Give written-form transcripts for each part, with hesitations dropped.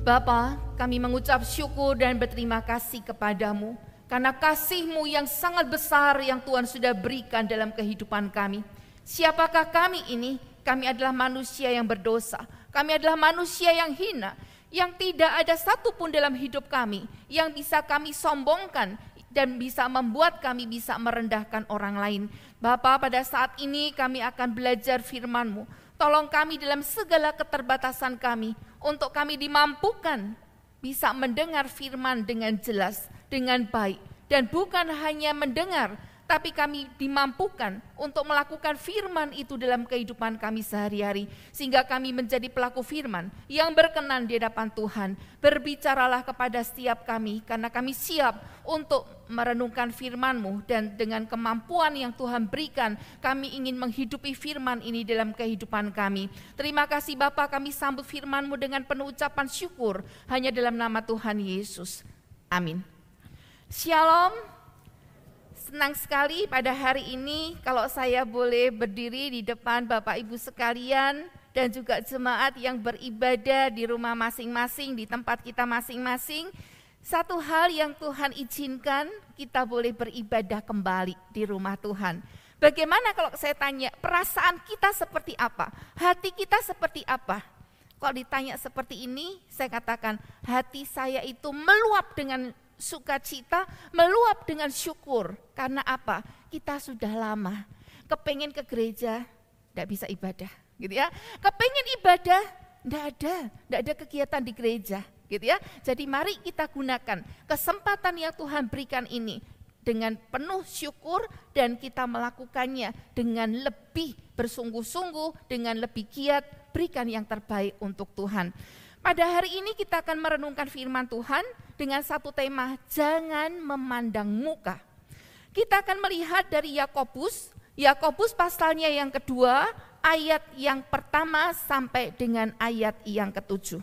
Bapa, kami mengucap syukur dan berterima kasih kepadamu karena kasih-Mu yang sangat besar yang Tuhan sudah berikan dalam kehidupan kami. Siapakah kami ini? Kami adalah manusia yang berdosa. Kami adalah manusia yang hina, yang tidak ada satupun dalam hidup kami yang bisa kami sombongkan dan bisa membuat kami bisa merendahkan orang lain. Bapa, pada saat ini kami akan belajar firman-Mu. Tolong kami dalam segala keterbatasan kami, untuk kami dimampukan bisa mendengar firman dengan jelas, dengan baik. Dan bukan hanya mendengar, tapi kami dimampukan untuk melakukan firman itu dalam kehidupan kami sehari-hari. Sehingga kami menjadi pelaku firman yang berkenan di hadapan Tuhan. Berbicaralah kepada setiap kami, karena kami siap untuk merenungkan firman-Mu. Dan dengan kemampuan yang Tuhan berikan, kami ingin menghidupi firman ini dalam kehidupan kami. Terima kasih Bapa, kami sambut firman-Mu dengan penuh ucapan syukur. Hanya dalam nama Tuhan Yesus. Amin. Shalom. Senang sekali pada hari ini kalau saya boleh berdiri di depan Bapak Ibu sekalian dan juga jemaat yang beribadah di rumah masing-masing, di tempat kita masing-masing. Satu hal yang Tuhan izinkan, kita boleh beribadah kembali di rumah Tuhan. Bagaimana kalau saya tanya, perasaan kita seperti apa? Hati kita seperti apa? Kalau ditanya seperti ini, saya katakan hati saya itu meluap dengan sukacita, meluap dengan syukur. Karena apa? Kita sudah lama kepengen ke gereja, tidak bisa ibadah, gitu ya. Kepengen ibadah, tidak ada kegiatan di gereja, gitu ya. Jadi mari kita gunakan kesempatan yang Tuhan berikan ini dengan penuh syukur dan kita melakukannya dengan lebih bersungguh-sungguh, dengan lebih giat, berikan yang terbaik untuk Tuhan. Pada hari ini kita akan merenungkan firman Tuhan dengan satu tema, jangan memandang muka. Kita akan melihat dari Yakobus pasalnya yang kedua, ayat yang pertama sampai dengan ayat yang ketujuh.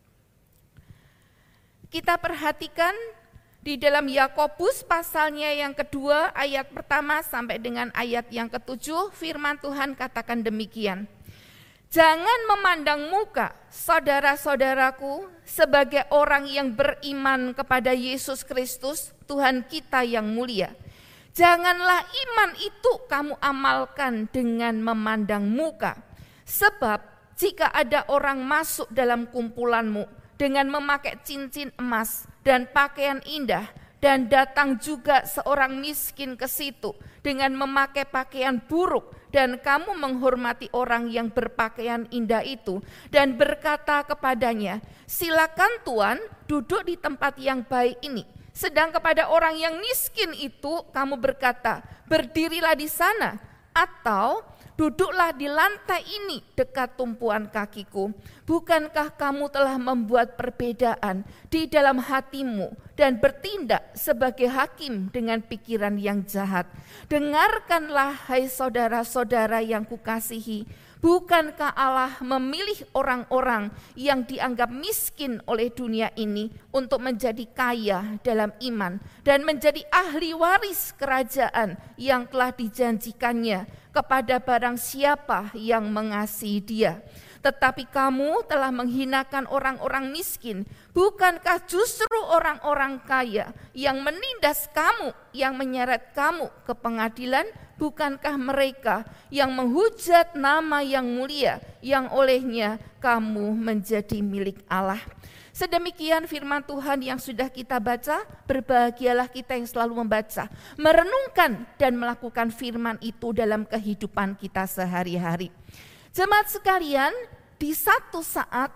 Kita perhatikan di dalam Yakobus pasalnya yang kedua, ayat pertama sampai dengan ayat yang ketujuh, firman Tuhan katakan demikian. Jangan memandang muka saudara-saudaraku sebagai orang yang beriman kepada Yesus Kristus, Tuhan kita yang mulia. Janganlah iman itu kamu amalkan dengan memandang muka. Sebab jika ada orang masuk dalam kumpulanmu dengan memakai cincin emas dan pakaian indah, dan datang juga seorang miskin ke situ dengan memakai pakaian buruk, dan kamu menghormati orang yang berpakaian indah itu dan berkata kepadanya, silakan Tuan duduk di tempat yang baik ini. Sedang kepada orang yang miskin itu kamu berkata, berdirilah di sana atau duduklah di lantai ini dekat tumpuan kakiku. Bukankah kamu telah membuat perbedaan di dalam hatimu dan bertindak sebagai hakim dengan pikiran yang jahat? Dengarkanlah hai saudara-saudara yang kukasihi, bukankah Allah memilih orang-orang yang dianggap miskin oleh dunia ini untuk menjadi kaya dalam iman dan menjadi ahli waris kerajaan yang telah dijanjikannya kepada barang siapa yang mengasihi Dia? Tetapi kamu telah menghinakan orang-orang miskin. Bukankah justru orang-orang kaya yang menindas kamu, yang menyeret kamu ke pengadilan? Bukankah mereka yang menghujat nama yang mulia, yang olehnya kamu menjadi milik Allah? Sedemikian firman Tuhan yang sudah kita baca. Berbahagialah kita yang selalu membaca, merenungkan dan melakukan firman itu dalam kehidupan kita sehari-hari. Jemaat sekalian, di satu saat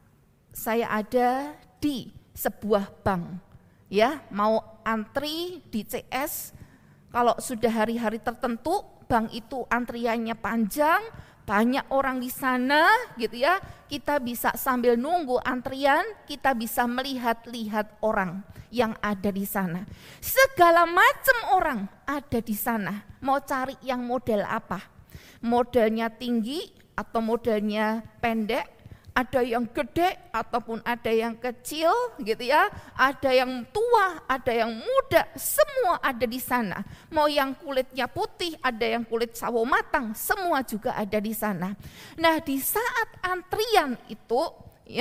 saya ada di sebuah bank, ya, mau antri di CS. Kalau sudah hari-hari tertentu, bank itu antriannya panjang, banyak orang di sana, gitu ya. Kita bisa sambil nunggu antrian, kita bisa melihat-lihat orang yang ada di sana. Segala macam orang ada di sana. Mau cari yang model apa? Modelnya tinggi atau modelnya pendek, ada yang gede ataupun ada yang kecil, gitu ya. Ada yang tua, ada yang muda, semua ada di sana. Mau yang kulitnya putih, ada yang kulit sawo matang, semua juga ada di sana. Nah, di saat antrian itu, ya,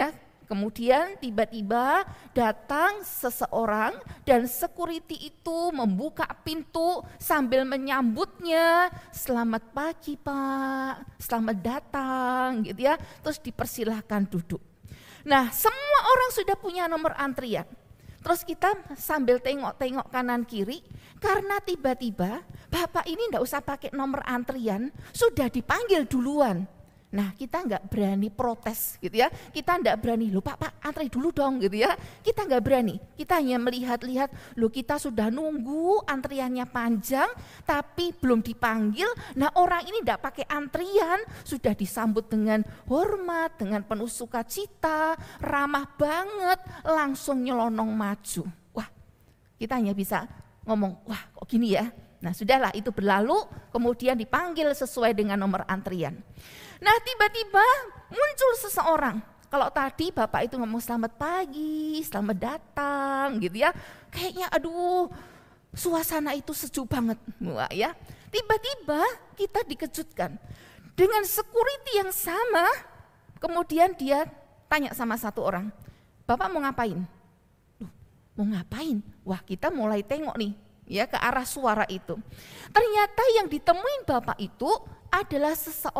kemudian tiba-tiba datang seseorang dan security itu membuka pintu sambil menyambutnya, "Selamat pagi Pak, selamat datang," gitu ya. Terus dipersilahkan duduk. Nah, semua orang sudah punya nomor antrian. Terus kita sambil tengok-tengok kanan kiri, karena tiba-tiba Bapak ini enggak usah pakai nomor antrian, sudah dipanggil duluan. Nah, kita enggak berani protes gitu ya. Kita enggak berani, "Loh Pak, antri dulu dong," gitu ya. Kita enggak berani. Kita hanya melihat-lihat, loh kita sudah nunggu antriannya panjang tapi belum dipanggil. Nah, orang ini enggak pakai antrian, sudah disambut dengan hormat, dengan penuh sukacita, ramah banget, langsung nyelonong maju. Wah, kita hanya bisa ngomong, "Wah, kok gini ya?" Nah, sudahlah itu berlalu, kemudian dipanggil sesuai dengan nomor antrian. Nah, tiba-tiba muncul seseorang. Kalau tadi Bapak itu ngomong "Selamat pagi, selamat datang," gitu ya. Kayaknya aduh, suasana itu sejuk banget. Wah, ya. Tiba-tiba kita dikejutkan dengan security yang sama. Kemudian dia tanya sama satu orang, "Bapak mau ngapain?" Loh, mau ngapain? Wah, kita mulai tengok nih ya ke arah suara itu. Ternyata yang ditemuin Bapak itu adalah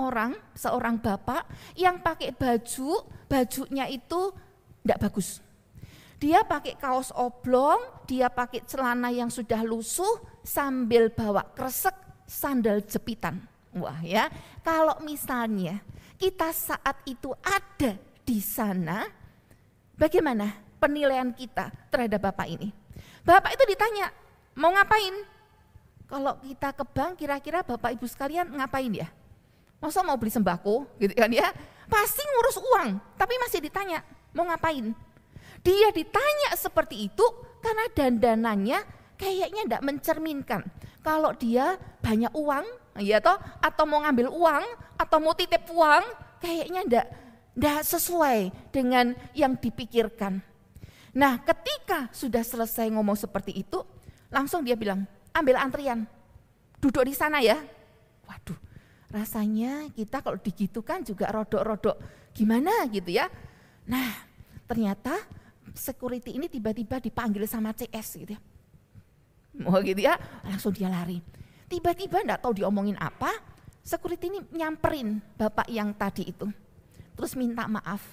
seorang bapak yang pakai bajunya itu enggak bagus. Dia pakai kaos oblong, dia pakai celana yang sudah lusuh sambil bawa kresek, sandal jepitan. Wah ya, kalau misalnya kita saat itu ada di sana, bagaimana penilaian kita terhadap Bapak ini? Bapak itu ditanya, "Mau ngapain?" Kalau kita ke bank, kira-kira Bapak Ibu sekalian ngapain ya? Masa mau beli sembako gitu kan ya? Pasti ngurus uang, tapi masih ditanya, "Mau ngapain?" Dia ditanya seperti itu karena dandanannya kayaknya enggak mencerminkan kalau dia banyak uang, ya toh, atau mau ngambil uang, atau mau titip uang, kayaknya enggak sesuai dengan yang dipikirkan. Nah, ketika sudah selesai ngomong seperti itu, langsung dia bilang, "Ambil antrian, duduk di sana ya." Waduh, rasanya kita kalau digitukan juga rodok-rodok gimana gitu ya. Nah, ternyata security ini tiba-tiba dipanggil sama CS gitu ya. Oh gitu ya, langsung dia lari. Tiba-tiba enggak tahu diomongin apa, security ini nyamperin Bapak yang tadi itu. Terus minta maaf.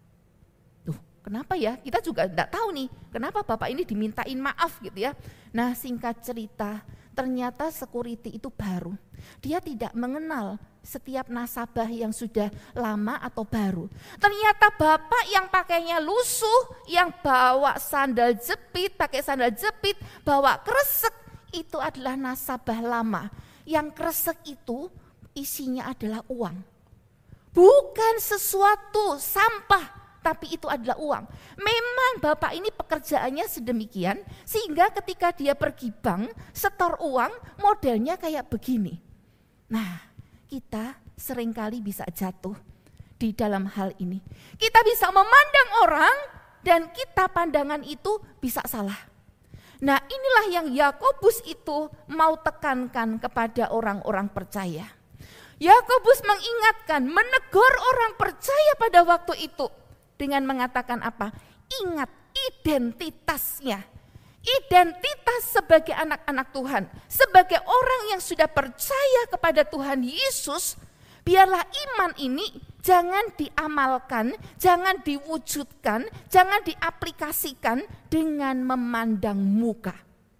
Tuh, kenapa ya? Kita juga enggak tahu nih, kenapa Bapak ini dimintain maaf gitu ya. Nah, singkat cerita, ternyata security itu baru. Dia tidak mengenal setiap nasabah yang sudah lama atau baru. Ternyata Bapak yang pakainya lusuh, yang bawa sandal jepit, pakai sandal jepit, bawa kresek, itu adalah nasabah lama. Yang kresek itu isinya adalah uang. Bukan sesuatu sampah, tapi itu adalah uang. Memang Bapak ini pekerjaannya sedemikian sehingga ketika dia pergi bank, setor uang modelnya kayak begini. Nah, kita seringkali bisa jatuh di dalam hal ini. Kita bisa memandang orang dan kita pandangan itu bisa salah. Nah, inilah yang Yakobus itu mau tekankan kepada orang-orang percaya. Yakobus mengingatkan, menegur orang percaya pada waktu itu dengan mengatakan apa? Ingat identitasnya. Identitas sebagai anak-anak Tuhan, sebagai orang yang sudah percaya kepada Tuhan Yesus, biarlah iman ini jangan diamalkan, jangan diwujudkan, jangan diaplikasikan dengan memandang muka.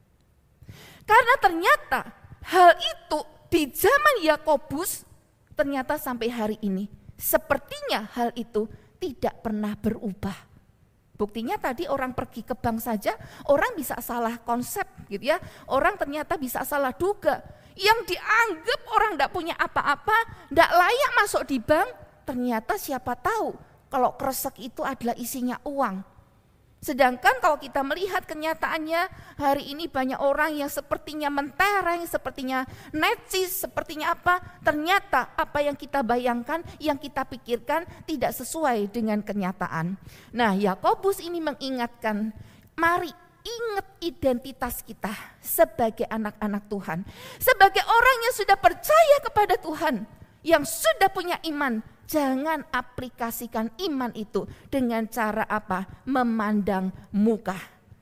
Karena ternyata hal itu di zaman Yakobus ternyata sampai hari ini sepertinya hal itu tidak pernah berubah. Buktinya tadi orang pergi ke bank saja, orang bisa salah konsep gitu ya. Orang ternyata bisa salah duga. Yang dianggap orang tidak punya apa-apa, tidak layak masuk di bank, ternyata siapa tahu kalau kresek itu adalah isinya uang. Sedangkan kalau kita melihat kenyataannya hari ini banyak orang yang sepertinya mentereng, sepertinya necis, sepertinya apa. Ternyata apa yang kita bayangkan, yang kita pikirkan tidak sesuai dengan kenyataan. Nah, Yakobus ini mengingatkan, mari ingat identitas kita sebagai anak-anak Tuhan. Sebagai orang yang sudah percaya kepada Tuhan, yang sudah punya iman Jangan aplikasikan iman itu dengan cara apa? Memandang muka.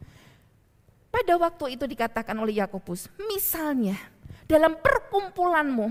Pada waktu itu dikatakan oleh Yakobus, misalnya dalam perkumpulanmu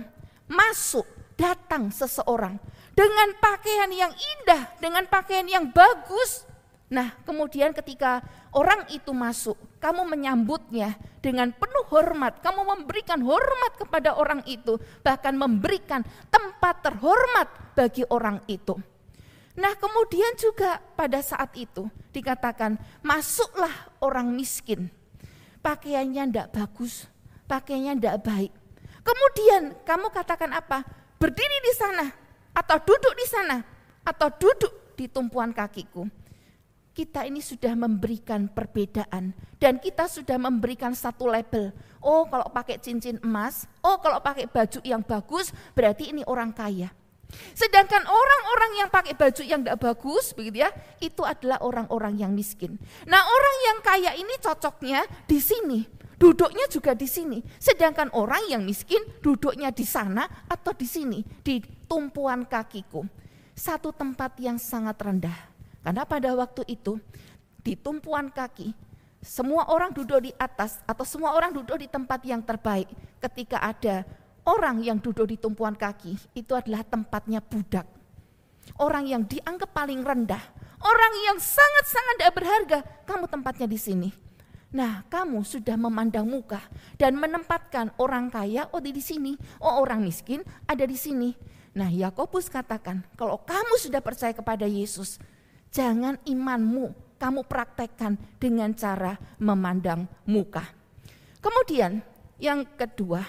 datang seseorang dengan pakaian yang indah, dengan pakaian yang bagus. Nah, kemudian ketika orang itu masuk, kamu menyambutnya dengan penuh hormat, kamu memberikan hormat kepada orang itu, bahkan memberikan tempat terhormat bagi orang itu. Nah, kemudian juga pada saat itu dikatakan, masuklah orang miskin, pakaiannya tidak bagus, pakaiannya tidak baik. Kemudian kamu katakan apa? Berdiri di sana, atau duduk di sana, atau duduk di tumpuan kakiku. Kita ini sudah memberikan perbedaan dan kita sudah memberikan satu label. Oh, kalau pakai cincin emas, oh kalau pakai baju yang bagus berarti ini orang kaya. Sedangkan orang-orang yang pakai baju yang tidak bagus, begitu ya, itu adalah orang-orang yang miskin. Nah, orang yang kaya ini cocoknya di sini, duduknya juga di sini. Sedangkan orang yang miskin duduknya di sana atau di sini, di tumpuan kakiku. Satu tempat yang sangat rendah. Karena pada waktu itu di tumpuan kaki semua orang duduk di atas atau semua orang duduk di tempat yang terbaik. Ketika ada orang yang duduk di tumpuan kaki, itu adalah tempatnya budak. Orang yang dianggap paling rendah, orang yang sangat-sangat tidak berharga, kamu tempatnya di sini. Nah, kamu sudah memandang muka dan menempatkan orang kaya di sini, orang miskin ada di sini. Nah, Yakobus katakan, kalau kamu sudah percaya kepada Yesus, jangan imanmu kamu praktekkan dengan cara memandang muka. Kemudian yang kedua,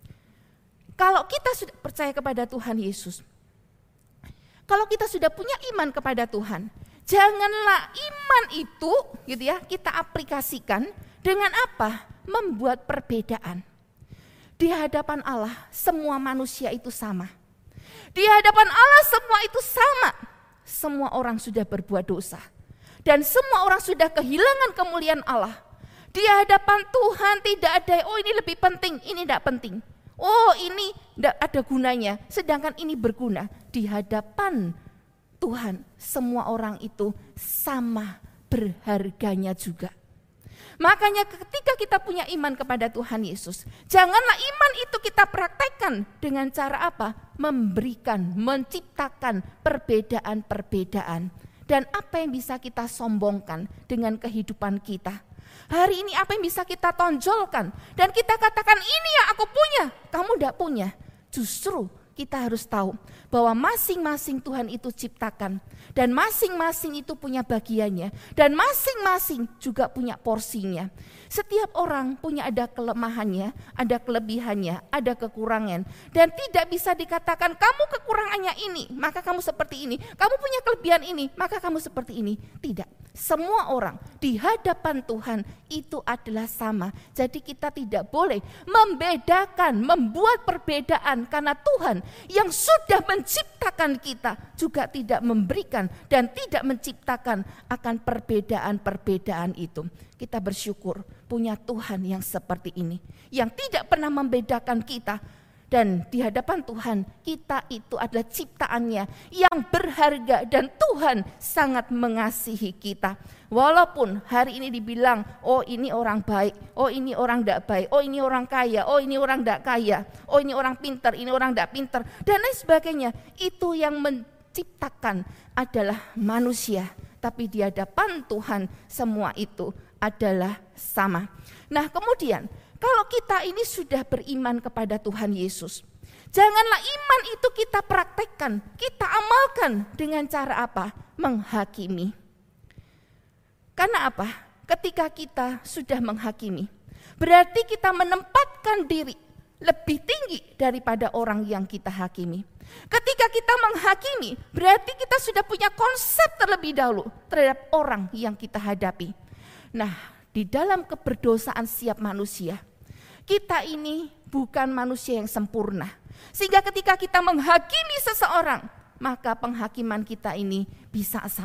kalau kita sudah percaya kepada Tuhan Yesus, kalau kita sudah punya iman kepada Tuhan, janganlah iman itu gitu ya, kita aplikasikan dengan apa? Membuat perbedaan. Di hadapan Allah semua manusia itu sama. Di hadapan Allah semua itu sama. Semua orang sudah berbuat dosa dan semua orang sudah kehilangan kemuliaan Allah. Di hadapan Tuhan tidak ada, ini lebih penting, ini tidak penting. Ini tidak ada gunanya, sedangkan ini berguna. Di hadapan Tuhan semua orang itu sama berharganya juga. Makanya ketika kita punya iman kepada Tuhan Yesus, janganlah iman itu kita praktekkan dengan cara apa? Memberikan, menciptakan perbedaan-perbedaan. Dan apa yang bisa kita sombongkan dengan kehidupan kita? Hari ini apa yang bisa kita tonjolkan? Dan kita katakan ini yang aku punya, kamu tidak punya. Justru kita harus tahu bahwa masing-masing Tuhan itu ciptakan. Dan masing-masing itu punya bagiannya. Dan masing-masing juga punya porsinya. Setiap orang punya ada kelemahannya, ada kelebihannya, ada kekurangan. Dan tidak bisa dikatakan kamu kekurangannya ini, maka kamu seperti ini. Kamu punya kelebihan ini, maka kamu seperti ini. Tidak. Semua orang di hadapan Tuhan itu adalah sama. Jadi kita tidak boleh membedakan, membuat perbedaan. Karena Tuhan yang sudah menciptakan kita juga tidak memberikan dan tidak menciptakan akan perbedaan-perbedaan itu. Kita bersyukur punya Tuhan yang seperti ini, yang tidak pernah membedakan kita. Dan di hadapan Tuhan kita itu adalah ciptaannya yang berharga dan Tuhan sangat mengasihi kita. Walaupun hari ini dibilang, ini orang baik, ini orang tidak baik, ini orang kaya, ini orang tidak kaya, ini orang pintar, ini orang tidak pintar, dan lain sebagainya. Itu yang menciptakan adalah manusia, tapi di hadapan Tuhan semua itu adalah sama. Nah, kemudian kalau kita ini sudah beriman kepada Tuhan Yesus, janganlah iman itu kita praktekkan, kita amalkan dengan cara apa? Menghakimi. Karena apa? Ketika kita sudah menghakimi, berarti kita menempatkan diri lebih tinggi daripada orang yang kita hakimi. Ketika kita menghakimi, berarti kita sudah punya konsep terlebih dahulu terhadap orang yang kita hadapi. Nah, di dalam keberdosaan setiap manusia, kita ini bukan manusia yang sempurna. Sehingga ketika kita menghakimi seseorang, maka penghakiman kita ini bisa salah.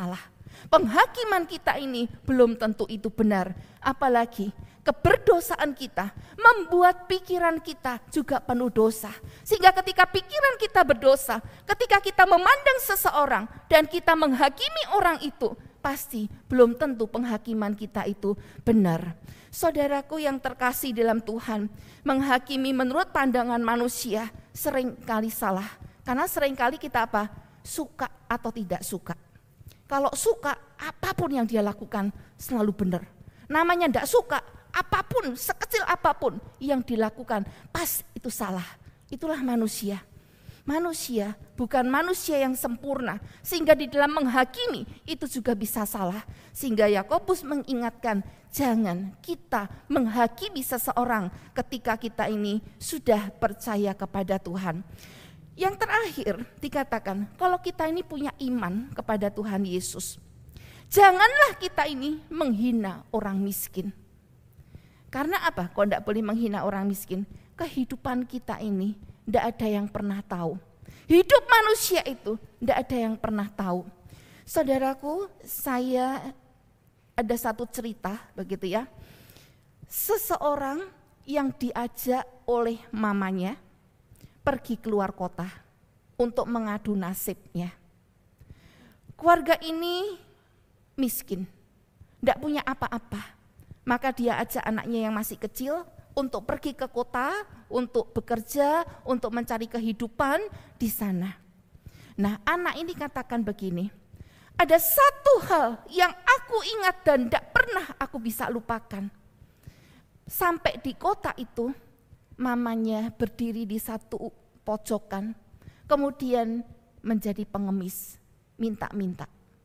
Penghakiman kita ini belum tentu itu benar. Apalagi keberdosaan kita membuat pikiran kita juga penuh dosa. Sehingga ketika pikiran kita berdosa, ketika kita memandang seseorang dan kita menghakimi orang itu, pasti belum tentu penghakiman kita itu benar. Saudaraku yang terkasih dalam Tuhan, menghakimi menurut pandangan manusia seringkali salah. Karena seringkali kita apa? Suka atau tidak suka. Kalau suka, apapun yang dia lakukan selalu benar. Namanya tidak suka, apapun, sekecil apapun yang dilakukan, pas itu salah. Itulah manusia. Manusia bukan manusia yang sempurna, sehingga di dalam menghakimi itu juga bisa salah. Sehingga Yakobus mengingatkan, jangan kita menghakimi seseorang ketika kita ini sudah percaya kepada Tuhan. Yang terakhir dikatakan, kalau kita ini punya iman kepada Tuhan Yesus, janganlah kita ini menghina orang miskin. Karena apa? Kok tidak boleh menghina orang miskin? Kehidupan kita ini tidak ada yang pernah tahu. Hidup manusia itu tidak ada yang pernah tahu. Saudaraku, saya ada satu cerita begitu ya. Seseorang yang diajak oleh mamanya pergi keluar kota untuk mengadu nasibnya. Keluarga ini miskin, tidak punya apa-apa. Maka dia ajak anaknya yang masih kecil untuk pergi ke kota, untuk bekerja, untuk mencari kehidupan di sana. Nah, anak ini katakan begini, ada satu hal yang aku ingat dan tidak pernah aku bisa lupakan. Sampai di kota itu, mamanya berdiri di satu pojokan, kemudian menjadi pengemis, minta-minta.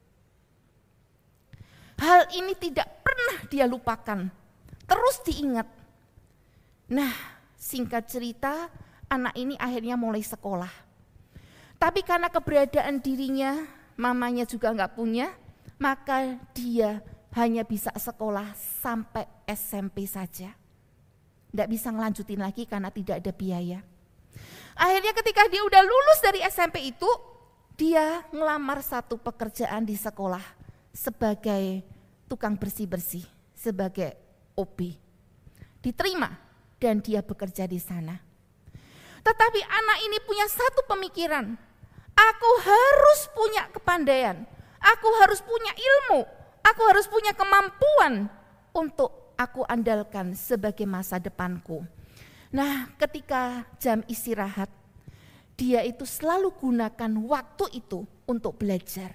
Hal ini tidak pernah dia lupakan, terus diingat. Nah, singkat cerita, anak ini akhirnya mulai sekolah. Tapi karena keberadaan dirinya, mamanya juga enggak punya, maka dia hanya bisa sekolah sampai SMP saja. Tidak bisa ngelanjutin lagi karena tidak ada biaya. Akhirnya ketika dia udah lulus dari SMP itu, dia ngelamar satu pekerjaan di sekolah sebagai tukang bersih-bersih, sebagai OB. Diterima dan dia bekerja di sana. Tetapi anak ini punya satu pemikiran, aku harus punya kepandaian, aku harus punya ilmu, aku harus punya kemampuan untuk aku andalkan sebagai masa depanku. Nah, ketika jam istirahat, dia itu selalu gunakan waktu itu untuk belajar.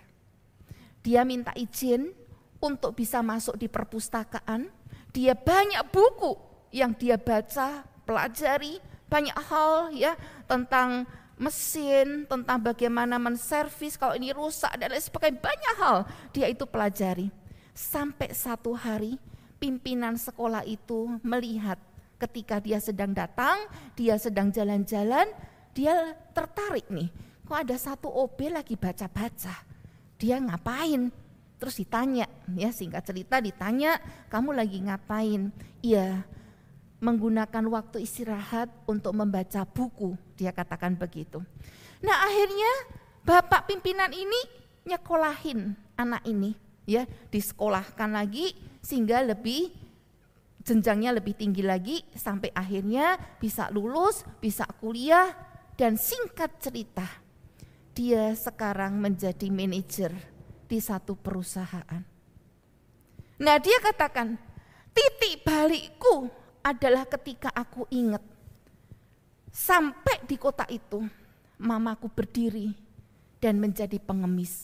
Dia minta izin untuk bisa masuk di perpustakaan. Dia banyak buku yang dia baca, pelajari, banyak hal ya tentang mesin, tentang bagaimana menservis kalau ini rusak dan lain sebagainya, banyak hal dia itu pelajari. Sampai satu hari pimpinan sekolah itu melihat ketika dia sedang datang, dia sedang jalan-jalan, dia tertarik nih. Kok ada satu OB lagi baca-baca? Dia ngapain? Terus ditanya, ya singkat cerita ditanya, kamu lagi ngapain? Iya, menggunakan waktu istirahat untuk membaca buku, dia katakan begitu. Nah akhirnya bapak pimpinan ini nyekolahin anak ini, ya disekolahkan lagi sehingga lebih jenjangnya lebih tinggi lagi sampai akhirnya bisa lulus, bisa kuliah, dan singkat cerita dia sekarang menjadi manajer di satu perusahaan. Nah dia katakan, titik balikku adalah ketika aku ingat sampai di kota itu mamaku berdiri dan menjadi pengemis.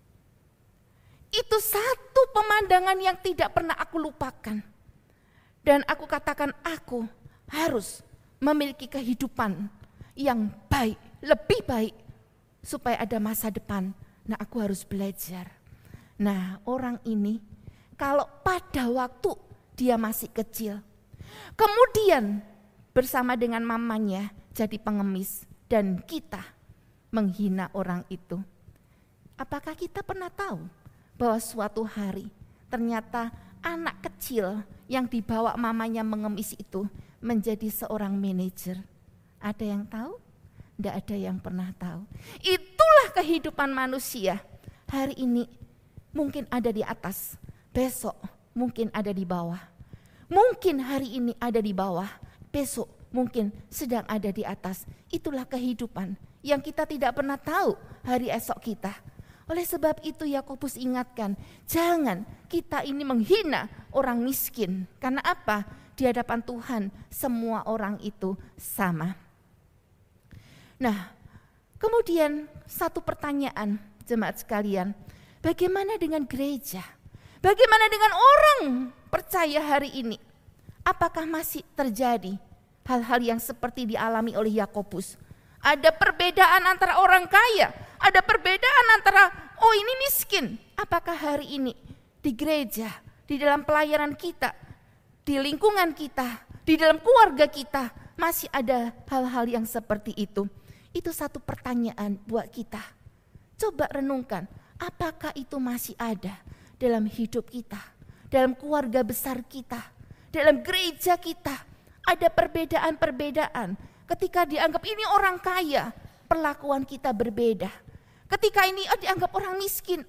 Itu satu pemandangan yang tidak pernah aku lupakan. Dan aku katakan aku harus memiliki kehidupan yang baik, lebih baik supaya ada masa depan. Nah aku harus belajar. Nah orang ini kalau pada waktu dia masih kecil, kemudian bersama dengan mamanya jadi pengemis dan kita menghina orang itu. Apakah kita pernah tahu bahwa suatu hari ternyata anak kecil yang dibawa mamanya mengemis itu menjadi seorang manajer? Ada yang tahu? Tidak ada yang pernah tahu. Itulah kehidupan manusia. Hari ini mungkin ada di atas, besok mungkin ada di bawah. Mungkin hari ini ada di bawah, besok mungkin sedang ada di atas. Itulah kehidupan yang kita tidak pernah tahu hari esok kita. Oleh sebab itu Yakobus ingatkan, jangan kita ini menghina orang miskin. Karena apa? Di hadapan Tuhan semua orang itu sama. Nah, kemudian satu pertanyaan jemaat sekalian, bagaimana dengan gereja? Bagaimana dengan orang percaya hari ini? Apakah masih terjadi hal-hal yang seperti dialami oleh Yakobus? Ada perbedaan antara orang kaya, ada perbedaan antara ini miskin. Apakah hari ini di gereja, di dalam pelayanan kita, di lingkungan kita, di dalam keluarga kita masih ada hal-hal yang seperti itu? Itu satu pertanyaan buat kita. Coba renungkan, apakah itu masih ada dalam hidup kita, dalam keluarga besar kita, dalam gereja kita? Ada perbedaan-perbedaan. Ketika dianggap ini orang kaya, perlakuan kita berbeda. Ketika ini dianggap orang miskin,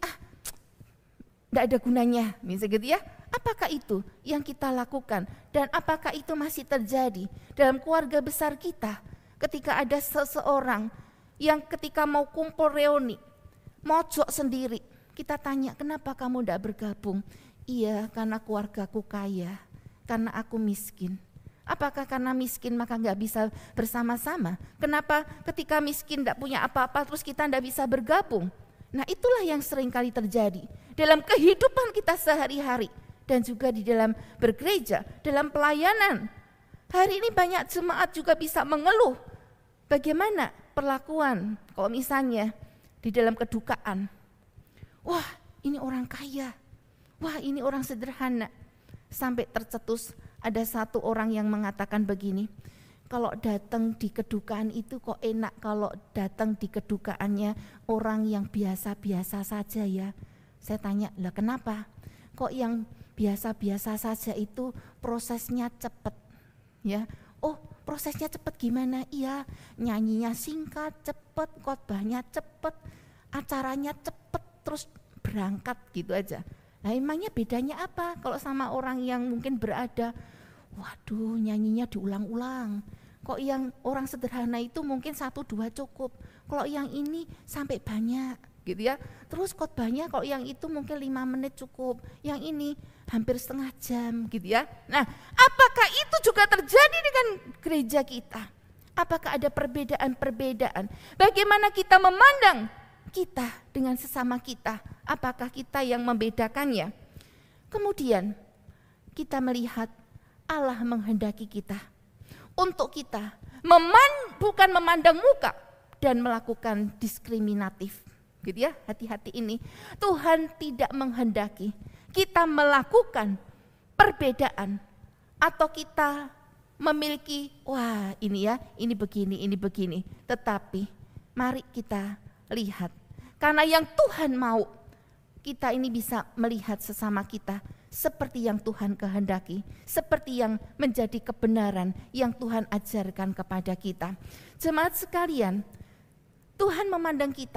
tidak ada gunanya, misalnya gitu ya. Apakah itu yang kita lakukan? Dan apakah itu masih terjadi dalam keluarga besar kita? Ketika ada seseorang yang ketika mau kumpul reuni, mojok sendiri, kita tanya, kenapa kamu tidak bergabung? Iya, karena keluargaku kaya, karena aku miskin. Apakah karena miskin maka nggak bisa bersama-sama? Kenapa ketika miskin tidak punya apa-apa terus kita tidak bisa bergabung? Nah, itulah yang sering kali terjadi dalam kehidupan kita sehari-hari dan juga di dalam bergereja, dalam pelayanan. Hari ini banyak jemaat juga bisa mengeluh bagaimana perlakuan kalau misalnya di dalam kedukaan. Wah, ini orang kaya. Wah, ini orang sederhana. Sampai tercetus ada satu orang yang mengatakan begini, kalau datang di kedukaan itu kok enak kalau datang di kedukaannya orang yang biasa-biasa saja ya. Saya tanya, lah kenapa? Kok yang biasa-biasa saja itu prosesnya cepat? Ya, oh prosesnya cepat gimana? Iya, nyanyinya singkat, cepat, khotbahnya cepat, acaranya cepat, terus berangkat gitu aja. Nah, emangnya bedanya apa kalau sama orang yang mungkin berada, waduh nyanyinya diulang-ulang. Kok yang orang sederhana itu mungkin 1-2 cukup, kalau yang ini sampai banyak gitu ya. Terus khotbahnya kalau yang itu mungkin 5 menit cukup, yang ini hampir setengah jam gitu ya. Nah, apakah itu juga terjadi dengan gereja kita? Apakah ada perbedaan-perbedaan? Bagaimana kita memandang kita dengan sesama kita? Apakah kita yang membedakannya? Kemudian kita melihat Allah menghendaki kita untuk kita bukan memandang muka dan melakukan diskriminatif, gitu ya. Hati-hati ini. Tuhan tidak menghendaki kita melakukan perbedaan atau kita memiliki wah ini ya, ini begini. Tetapi mari kita lihat, karena yang Tuhan mau kita ini bisa melihat sesama kita seperti yang Tuhan kehendaki, seperti yang menjadi kebenaran yang Tuhan ajarkan kepada kita. Jemaat sekalian, Tuhan memandang kita,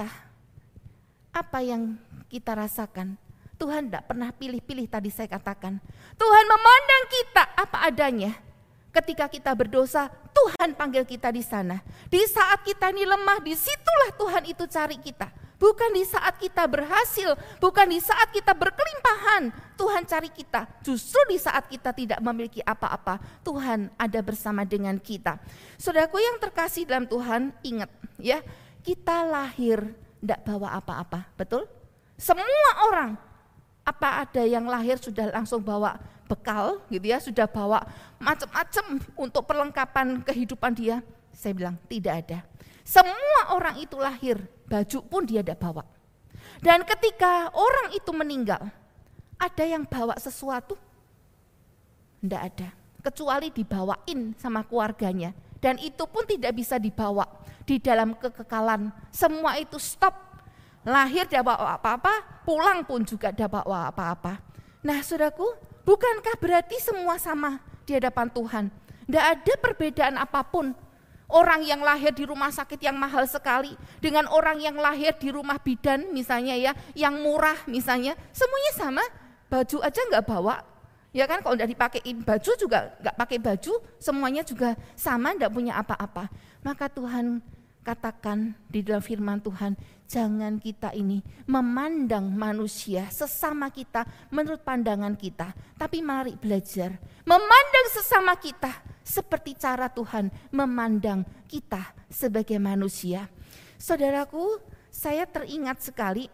apa yang kita rasakan. Tuhan tidak pernah pilih-pilih, tadi saya katakan. Tuhan memandang kita apa adanya. Ketika kita berdosa, Tuhan panggil kita di sana. Di saat kita ini lemah, disitulah Tuhan itu cari kita. Bukan di saat kita berhasil, bukan di saat kita berkelimpahan, Tuhan cari kita. Justru di saat kita tidak memiliki apa-apa, Tuhan ada bersama dengan kita. Saudaraku yang terkasih dalam Tuhan, ingat ya, kita lahir tidak bawa apa-apa, betul? Semua orang, apa ada yang lahir sudah langsung bawa bekal gitu ya, sudah bawa macam-macam untuk perlengkapan kehidupan dia? Saya bilang tidak ada. Semua orang itu lahir, baju pun dia tidak bawa. Dan ketika orang itu meninggal, ada yang bawa sesuatu? Tidak ada, kecuali dibawain sama keluarganya. Dan itu pun tidak bisa dibawa di dalam kekekalan. Semua itu stop. Lahir tidak bawa apa-apa, pulang pun juga tidak bawa apa-apa. Nah saudaraku, bukankah berarti semua sama di hadapan Tuhan? Tidak ada perbedaan apapun. Orang yang lahir di rumah sakit yang mahal sekali dengan orang yang lahir di rumah bidan misalnya ya, yang murah misalnya, semuanya sama, baju aja nggak bawa. Ya kan, kalau udah dipakein baju juga nggak pakai baju, semuanya juga sama, nggak punya apa-apa. Maka Tuhan katakan di dalam firman Tuhan, jangan kita ini memandang manusia sesama kita menurut pandangan kita, tapi mari belajar memandang sesama kita seperti cara Tuhan memandang kita sebagai manusia. Saudaraku, saya teringat sekali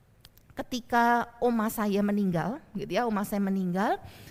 ketika oma saya meninggal, gitu ya, oma saya meninggal,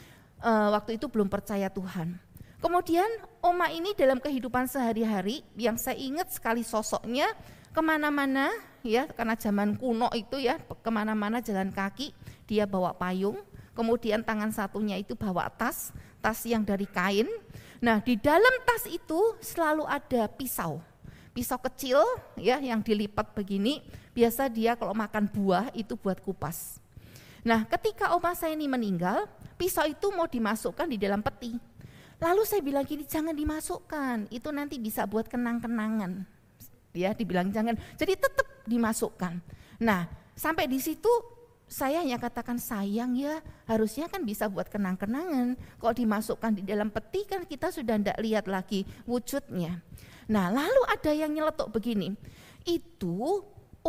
waktu itu belum percaya Tuhan. Kemudian oma ini dalam kehidupan sehari-hari yang saya ingat sekali sosoknya, kemana-mana ya, karena zaman kuno itu ya, kemana-mana jalan kaki, dia bawa payung, kemudian tangan satunya itu bawa tas yang dari kain. Nah, di dalam tas itu selalu ada pisau kecil ya, yang dilipat begini, biasa dia kalau makan buah itu buat kupas. Nah, ketika oma saya ini meninggal, pisau itu mau dimasukkan di dalam peti. Lalu saya bilang gini, jangan dimasukkan, itu nanti bisa buat kenang-kenangan. Dia dibilang jangan, jadi tetap dimasukkan. Nah, sampai di situ saya hanya katakan sayang ya, harusnya kan bisa buat kenang-kenangan. Kalau dimasukkan di dalam peti kan kita sudah tidak lihat lagi wujudnya. Nah, lalu ada yang nyeletuk begini, itu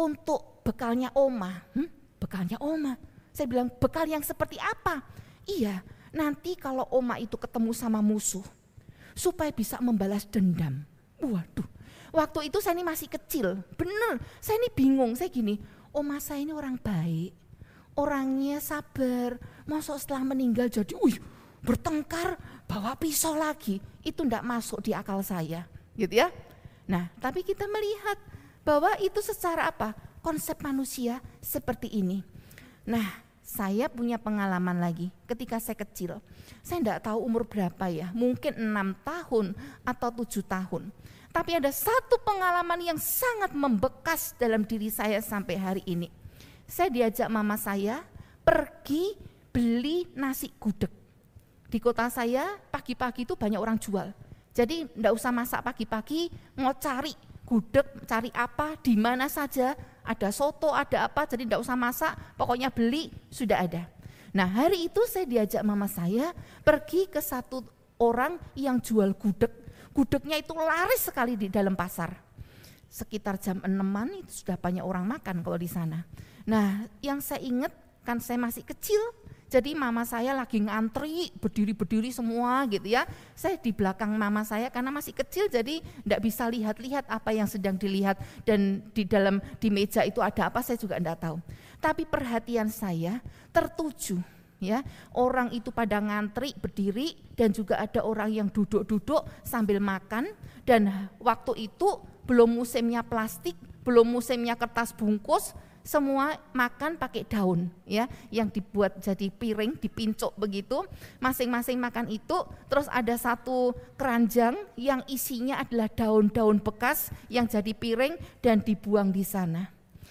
untuk bekalnya oma. Bekalnya oma. Saya bilang bekal yang seperti apa? Iya, nanti kalau oma itu ketemu sama musuh, supaya bisa membalas dendam. Waduh, waktu itu saya ini masih kecil, bener, saya ini bingung, saya gini, oma saya ini orang baik, orangnya sabar, masa setelah meninggal jadi bertengkar, bawa pisau lagi, itu enggak masuk di akal saya, gitu ya. Nah, tapi kita melihat bahwa itu secara apa? Konsep manusia seperti ini. Nah, saya punya pengalaman lagi ketika saya kecil. Saya enggak tahu umur berapa ya, mungkin 6 tahun atau 7 tahun. Tapi ada satu pengalaman yang sangat membekas dalam diri saya sampai hari ini. Saya diajak mama saya pergi beli nasi gudeg. Di kota saya pagi-pagi itu banyak orang jual. Jadi enggak usah masak pagi-pagi, mau cari gudeg, cari apa, di mana saja, ada soto, ada apa, jadi enggak usah masak, pokoknya beli, sudah ada. Nah, hari itu saya diajak mama saya pergi ke satu orang yang jual gudeg. Gudegnya itu laris sekali di dalam pasar. Sekitar jam 6-an itu sudah banyak orang makan kalau di sana. Nah, yang saya ingat kan saya masih kecil, jadi mama saya lagi ngantri, berdiri-berdiri semua gitu ya. Saya di belakang mama saya karena masih kecil jadi enggak bisa lihat-lihat apa yang sedang dilihat, dan di meja itu ada apa saya juga enggak tahu. Tapi perhatian saya tertuju ya, orang itu pada ngantri berdiri dan juga ada orang yang duduk-duduk sambil makan, dan waktu itu belum musimnya plastik, belum musimnya kertas bungkus, semua makan pakai daun ya, yang dibuat jadi piring, dipincuk begitu, masing-masing makan itu. Terus ada satu keranjang yang isinya adalah daun-daun bekas yang jadi piring dan dibuang di sana.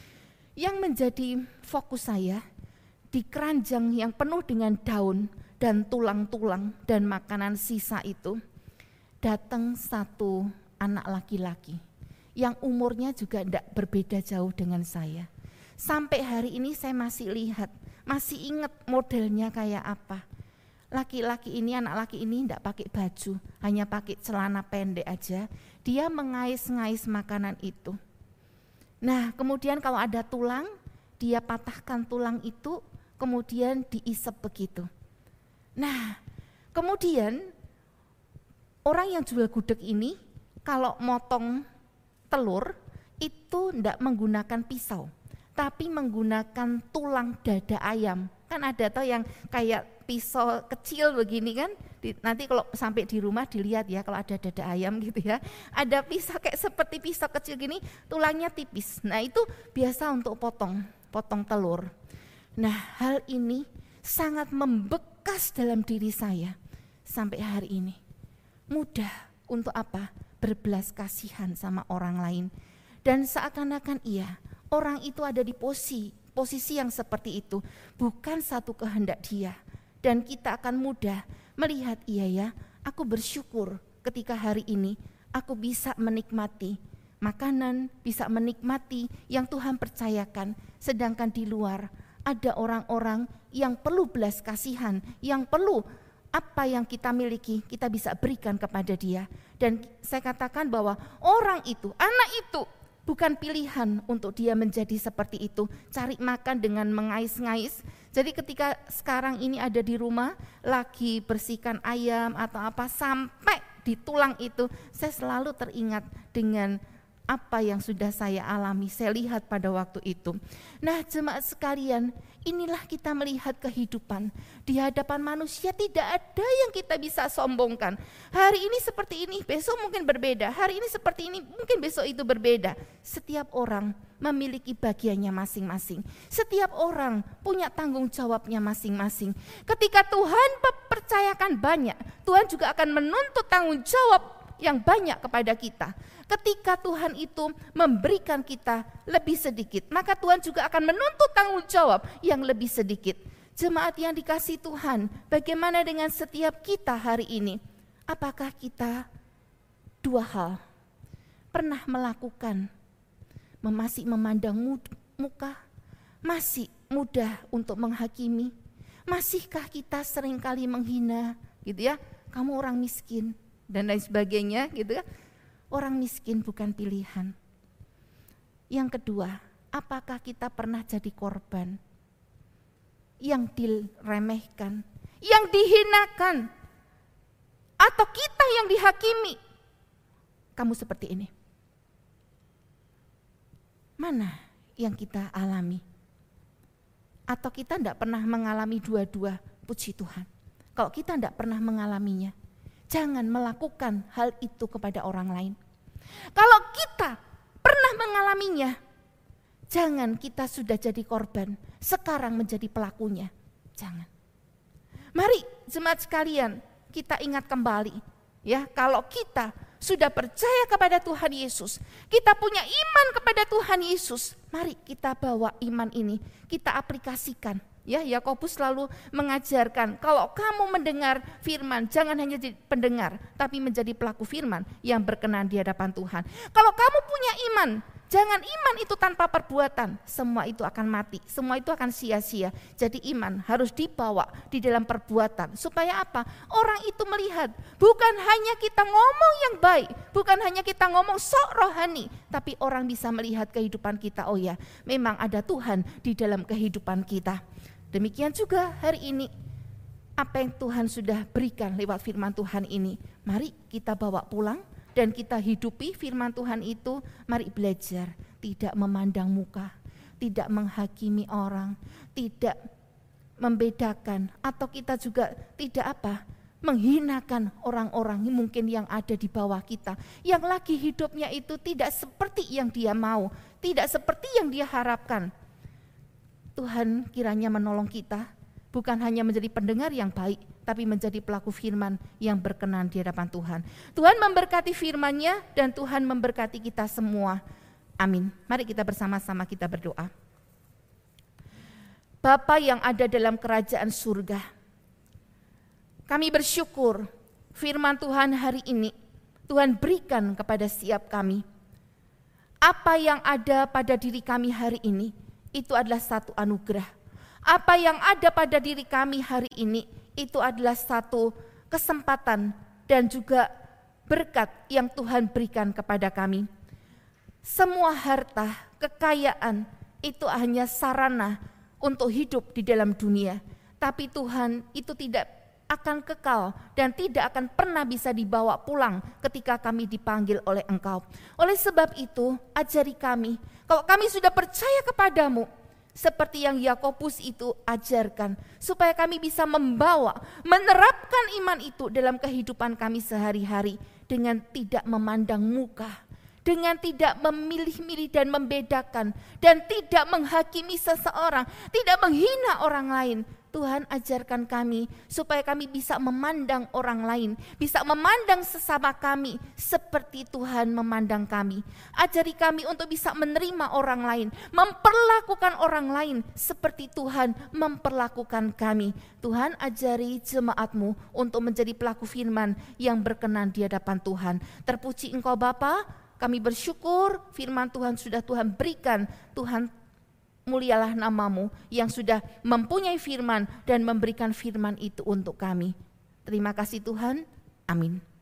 Yang menjadi fokus saya di keranjang yang penuh dengan daun dan tulang-tulang dan makanan sisa itu, datang satu anak laki-laki yang umurnya juga tidak berbeda jauh dengan saya. Sampai hari ini saya masih lihat, masih ingat modelnya kayak apa. Laki-laki ini, anak laki ini tidak pakai baju, hanya pakai celana pendek aja. Dia mengais-ngais makanan itu. Nah, kemudian kalau ada tulang, dia patahkan tulang itu, kemudian diisep begitu. Nah, kemudian orang yang jual gudeg ini kalau motong telur itu tidak menggunakan pisau, tapi menggunakan tulang dada ayam. Kan ada tuh yang kayak pisau kecil begini kan, nanti kalau sampai di rumah dilihat ya kalau ada dada ayam gitu ya, ada pisau kayak seperti pisau kecil gini, tulangnya tipis. Nah, itu biasa untuk potong telur. Nah, hal ini sangat membekas dalam diri saya sampai hari ini. Mudah untuk apa? Berbelas kasihan sama orang lain. Dan seakan-akan orang itu ada di posisi yang seperti itu, bukan satu kehendak dia. Dan kita akan mudah melihat, iya ya, aku bersyukur ketika hari ini aku bisa menikmati makanan, bisa menikmati yang Tuhan percayakan. Sedangkan di luar ada orang-orang yang perlu belas kasihan, yang perlu apa yang kita miliki kita bisa berikan kepada dia. Dan saya katakan bahwa orang itu, anak itu bukan pilihan untuk dia menjadi seperti itu, cari makan dengan mengais-ngais. Jadi ketika sekarang ini ada di rumah lagi bersihkan ayam atau apa, sampai di tulang itu, saya selalu teringat dengan apa yang sudah saya alami, saya lihat pada waktu itu. Nah, jemaat sekalian, inilah kita melihat kehidupan. Di hadapan manusia tidak ada yang kita bisa sombongkan. Hari ini seperti ini, besok mungkin berbeda. Hari ini seperti ini, mungkin besok itu berbeda. Setiap orang memiliki bagiannya masing-masing. Setiap orang punya tanggung jawabnya masing-masing. Ketika Tuhan percayakan banyak, Tuhan juga akan menuntut tanggung jawab yang banyak kepada kita. Ketika Tuhan itu memberikan kita lebih sedikit, maka Tuhan juga akan menuntut tanggung jawab yang lebih sedikit. Jemaat yang dikasihi Tuhan, bagaimana dengan setiap kita hari ini? Apakah kita dua hal pernah melakukan, masih memandang muka, masih mudah untuk menghakimi? Masihkah kita seringkali menghina gitu ya, kamu orang miskin dan lain sebagainya gitu ya. Orang miskin bukan pilihan. Yang kedua, apakah kita pernah jadi korban yang diremehkan, yang dihinakan, atau kita yang dihakimi? Kamu seperti ini. Mana yang kita alami? Atau kita tidak pernah mengalami dua-dua? Puji Tuhan. Kalau kita tidak pernah mengalaminya, jangan melakukan hal itu kepada orang lain. Kalau kita pernah mengalaminya, jangan kita sudah jadi korban, sekarang menjadi pelakunya. Jangan. Mari jemaat sekalian, kita ingat kembali ya, kalau kita sudah percaya kepada Tuhan Yesus, kita punya iman kepada Tuhan Yesus, mari kita bawa iman ini, kita aplikasikan. Ya, Yakobus selalu mengajarkan kalau kamu mendengar firman, jangan hanya jadi pendengar, tapi menjadi pelaku firman yang berkenan di hadapan Tuhan. Kalau kamu punya iman, jangan iman itu tanpa perbuatan, semua itu akan mati, semua itu akan sia-sia. Jadi iman harus dibawa di dalam perbuatan, supaya apa? Orang itu melihat, bukan hanya kita ngomong yang baik, bukan hanya kita ngomong sok rohani, tapi orang bisa melihat kehidupan kita, oh ya, memang ada Tuhan di dalam kehidupan kita. Demikian juga hari ini, apa yang Tuhan sudah berikan lewat firman Tuhan ini, mari kita bawa pulang dan kita hidupi firman Tuhan itu. Mari belajar tidak memandang muka, tidak menghakimi orang, tidak membedakan, atau kita juga tidak menghinakan orang-orang mungkin yang ada di bawah kita, yang lagi hidupnya itu tidak seperti yang dia mau, tidak seperti yang dia harapkan. Tuhan kiranya menolong kita, bukan hanya menjadi pendengar yang baik, tapi menjadi pelaku firman yang berkenan di hadapan Tuhan. Tuhan memberkati firman-Nya dan Tuhan memberkati kita semua. Amin. Mari kita bersama-sama kita berdoa. Bapa yang ada dalam kerajaan surga, kami bersyukur firman Tuhan hari ini Tuhan berikan kepada setiap kami. Apa yang ada pada diri kami hari ini, itu adalah satu anugerah. Apa yang ada pada diri kami hari ini, itu adalah satu kesempatan dan juga berkat yang Tuhan berikan kepada kami. Semua harta, kekayaan, itu hanya sarana untuk hidup di dalam dunia. Tapi Tuhan itu tidak akan kekal dan tidak akan pernah bisa dibawa pulang ketika kami dipanggil oleh Engkau. Oleh sebab itu, ajari kami, kalau kami sudah percaya kepadamu, seperti yang Yakobus itu ajarkan, supaya kami bisa membawa, menerapkan iman itu dalam kehidupan kami sehari-hari dengan tidak memandang muka, dengan tidak memilih-milih dan membedakan, dan tidak menghakimi seseorang, tidak menghina orang lain. Tuhan ajarkan kami supaya kami bisa memandang orang lain, bisa memandang sesama kami seperti Tuhan memandang kami. Ajari kami untuk bisa menerima orang lain, memperlakukan orang lain seperti Tuhan memperlakukan kami. Tuhan ajari jemaat-Mu untuk menjadi pelaku firman yang berkenan di hadapan Tuhan. Terpuji Engkau Bapa, kami bersyukur firman Tuhan sudah Tuhan berikan. Tuhan, mulialah nama-Mu yang sudah mempunyai firman dan memberikan firman itu untuk kami. Terima kasih Tuhan. Amin.